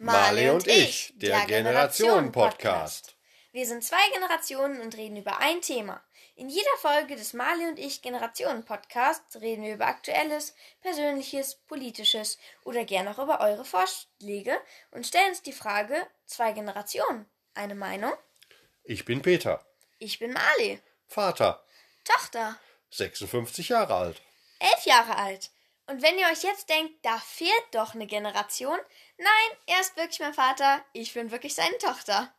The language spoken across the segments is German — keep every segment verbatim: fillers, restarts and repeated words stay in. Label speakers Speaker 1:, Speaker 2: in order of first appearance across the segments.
Speaker 1: Marley und ich, der Generationen-Podcast.
Speaker 2: Wir sind zwei Generationen und reden über ein Thema. In jeder Folge des Marley und ich Generationen-Podcasts reden wir über Aktuelles, Persönliches, Politisches oder gern auch über eure Vorschläge und stellen uns die Frage, zwei Generationen, eine Meinung?
Speaker 1: Ich bin Peter.
Speaker 2: Ich bin Marley.
Speaker 1: Vater.
Speaker 2: Tochter.
Speaker 1: sechsundfünfzig Jahre alt.
Speaker 2: Elf Jahre alt. Und wenn ihr euch jetzt denkt, da fehlt doch eine Generation, nein, er ist wirklich mein Vater, ich bin wirklich seine Tochter.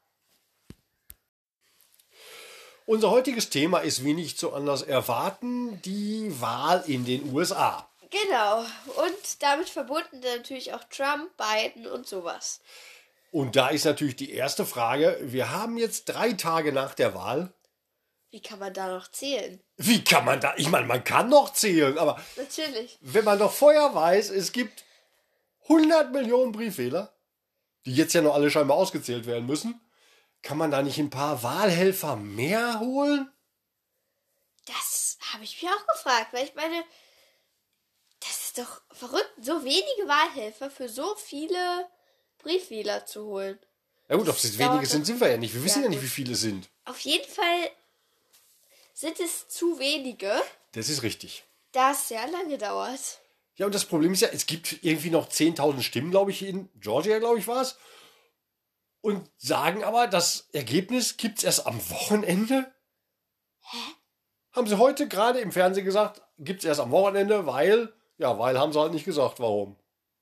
Speaker 1: Unser heutiges Thema ist, wie nicht so anders erwarten, die Wahl in den U S A.
Speaker 2: Genau, und damit verbunden natürlich auch Trump, Biden und sowas.
Speaker 1: Und da ist natürlich die erste Frage, wir haben jetzt drei Tage nach der Wahl.
Speaker 2: Wie kann man da noch zählen?
Speaker 1: Wie kann man da, ich meine, man kann noch zählen, aber
Speaker 2: Natürlich.
Speaker 1: Wenn man doch vorher weiß, es gibt hundert Millionen Briefwähler, die jetzt ja noch alle scheinbar ausgezählt werden müssen, kann man da nicht ein paar Wahlhelfer mehr holen?
Speaker 2: Das habe ich mir auch gefragt, weil ich meine, das ist doch verrückt, so wenige Wahlhelfer für so viele Briefwähler zu holen.
Speaker 1: Ja gut, ob es jetzt wenige sind, sind wir ja nicht. Wir wissen ja,
Speaker 2: ja
Speaker 1: nicht, wie viele sind.
Speaker 2: Auf jeden Fall sind es zu wenige.
Speaker 1: Das ist richtig.
Speaker 2: Da es sehr lange dauert.
Speaker 1: Ja, und das Problem ist ja, es gibt irgendwie noch zehntausend Stimmen, glaube ich, in Georgia, glaube ich, war es. Und sagen aber, das Ergebnis gibt es erst am Wochenende.
Speaker 2: Hä?
Speaker 1: Haben sie heute gerade im Fernsehen gesagt, gibt es erst am Wochenende, weil, ja, weil haben sie halt nicht gesagt, warum.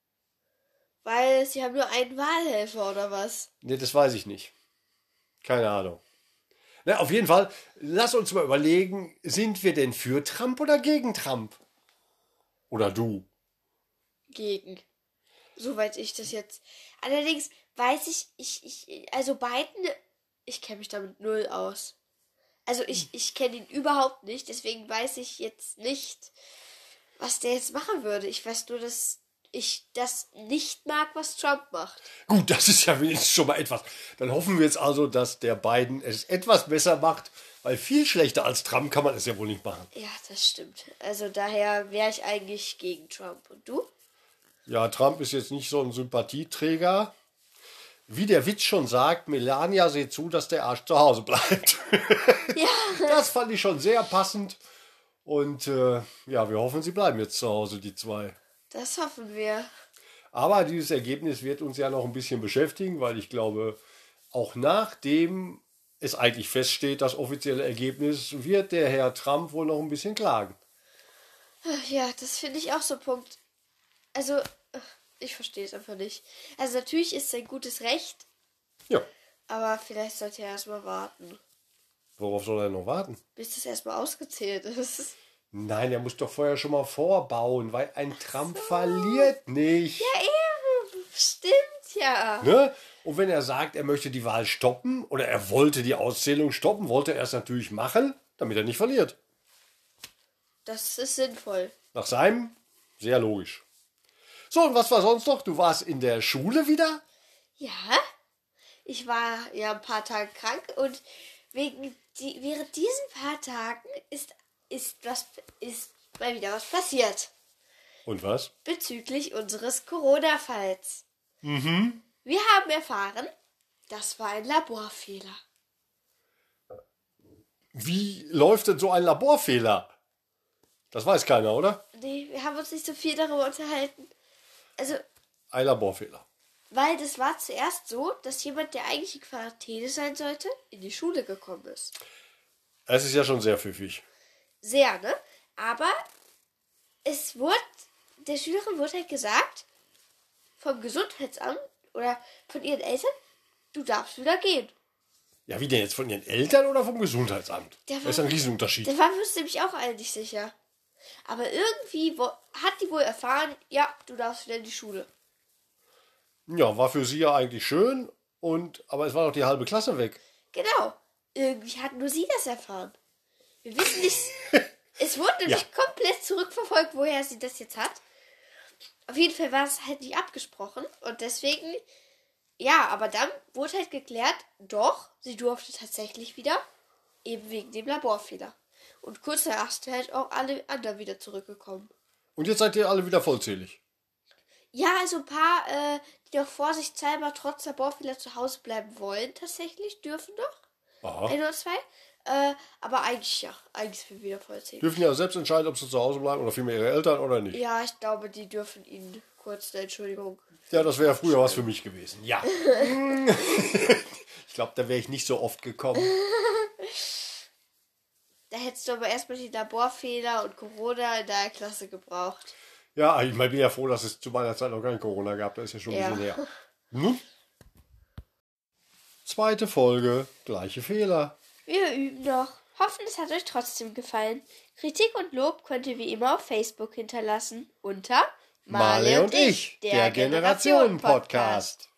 Speaker 2: Weil sie haben nur einen Wahlhelfer, oder was?
Speaker 1: Ne, das weiß ich nicht. Keine Ahnung. Na, auf jeden Fall, lass uns mal überlegen, sind wir denn für Trump oder gegen Trump? Oder du?
Speaker 2: Gegen. Soweit ich das jetzt. Allerdings weiß ich, ich, ich, also Biden, ich kenne mich damit null aus. Also ich, ich kenne ihn überhaupt nicht, deswegen weiß ich jetzt nicht, was der jetzt machen würde. Ich weiß nur, dass ich das nicht mag, was Trump macht.
Speaker 1: Gut, das ist ja wenigstens schon mal etwas. Dann hoffen wir jetzt also, dass der Biden es etwas besser macht, weil viel schlechter als Trump kann man es ja wohl nicht machen.
Speaker 2: Ja, das stimmt. Also daher wäre ich eigentlich gegen Trump. Und du?
Speaker 1: Ja, Trump ist jetzt nicht so ein Sympathieträger. Wie der Witz schon sagt, Melania seht zu, dass der Arsch zu Hause bleibt.
Speaker 2: Ja.
Speaker 1: Das fand ich schon sehr passend. Und äh, ja, wir hoffen, sie bleiben jetzt zu Hause, die zwei.
Speaker 2: Das hoffen wir.
Speaker 1: Aber dieses Ergebnis wird uns ja noch ein bisschen beschäftigen, weil ich glaube, auch nachdem es eigentlich feststeht, das offizielle Ergebnis, wird der Herr Trump wohl noch ein bisschen klagen.
Speaker 2: Ja, das finde ich auch so ein Punkt. Also, ich verstehe es einfach nicht. Also natürlich ist es ein gutes Recht,
Speaker 1: Ja.
Speaker 2: aber vielleicht sollte er erstmal warten,
Speaker 1: Worauf soll er noch warten?
Speaker 2: bis das erstmal ausgezählt ist.
Speaker 1: Nein, er muss doch vorher schon mal vorbauen, weil ein Trump verliert nicht.
Speaker 2: Ja, eben. Stimmt, ja.
Speaker 1: Ne? Und wenn er sagt, er möchte die Wahl stoppen oder er wollte die Auszählung stoppen, wollte er es natürlich machen, damit er nicht verliert.
Speaker 2: Das ist sinnvoll.
Speaker 1: Nach seinem, sehr logisch. So, und was war sonst noch? Du warst in der Schule wieder?
Speaker 2: Ja, ich war ja ein paar Tage krank und wegen die, während diesen paar Tagen ist, ist, was, ist mal wieder was passiert.
Speaker 1: Und was?
Speaker 2: Bezüglich unseres Corona-Falls.
Speaker 1: Mhm.
Speaker 2: Wir haben erfahren, das war ein Laborfehler.
Speaker 1: Wie läuft denn so ein Laborfehler? Das weiß keiner, oder?
Speaker 2: Nee, wir haben uns nicht so viel darüber unterhalten. Also,
Speaker 1: Ein Laborfehler.
Speaker 2: weil das war zuerst so, dass jemand, der eigentlich in Quarantäne sein sollte, in die Schule gekommen ist.
Speaker 1: Es ist ja schon sehr pfiffig.
Speaker 2: Sehr, ne? Aber es wurde, der Schülerin wurde halt gesagt, vom Gesundheitsamt oder von ihren Eltern, du darfst wieder gehen.
Speaker 1: Ja, wie denn jetzt? Von ihren Eltern oder vom Gesundheitsamt?
Speaker 2: Der war-
Speaker 1: Das ist ein Riesenunterschied.
Speaker 2: Da waren wir uns nämlich auch alle nicht sicher. Aber irgendwie wo, hat die wohl erfahren, ja, du darfst wieder in die Schule.
Speaker 1: Ja, war für sie ja eigentlich schön, und aber es war doch die halbe Klasse weg.
Speaker 2: Genau. Irgendwie hat nur sie das erfahren. Wir wissen nicht. Es wurde
Speaker 1: Ja.
Speaker 2: nicht komplett zurückverfolgt, woher sie das jetzt hat. Auf jeden Fall war es halt nicht abgesprochen. Und deswegen, ja, aber dann wurde halt geklärt, doch, sie durfte tatsächlich wieder, eben wegen dem Laborfehler. Und kurz danach sind halt auch alle anderen wieder zurückgekommen.
Speaker 1: Und jetzt seid ihr alle wieder vollzählig.
Speaker 2: Ja, also ein paar, äh, die doch vorsichtshalber trotz Laborfehler zu Hause bleiben wollen, tatsächlich, dürfen doch.
Speaker 1: Aha.
Speaker 2: Ein oder zwei. Äh, aber eigentlich, ja, eigentlich sind wir wieder voll zehn.
Speaker 1: Dürfen ja selbst entscheiden, ob sie zu Hause bleiben oder vielmehr ihre Eltern oder nicht.
Speaker 2: Ja, ich glaube, die dürfen ihnen kurz eine Entschuldigung.
Speaker 1: Ja, das wäre früher was für mich gewesen. Ja. Ich glaube, da wäre ich nicht so oft gekommen.
Speaker 2: Da hättest du aber erstmal die Laborfehler und Corona in der Klasse gebraucht.
Speaker 1: Ja, ich bin ja froh, dass es zu meiner Zeit noch kein Corona gab. Das ist ja schon ein
Speaker 2: Ja.
Speaker 1: bisschen her. Hm? Zweite Folge, gleiche Fehler.
Speaker 2: Wir üben noch. Hoffen, es hat euch trotzdem gefallen. Kritik und Lob könnt ihr wie immer auf Facebook hinterlassen. Unter
Speaker 1: Marley und ich, der Generationen-Podcast.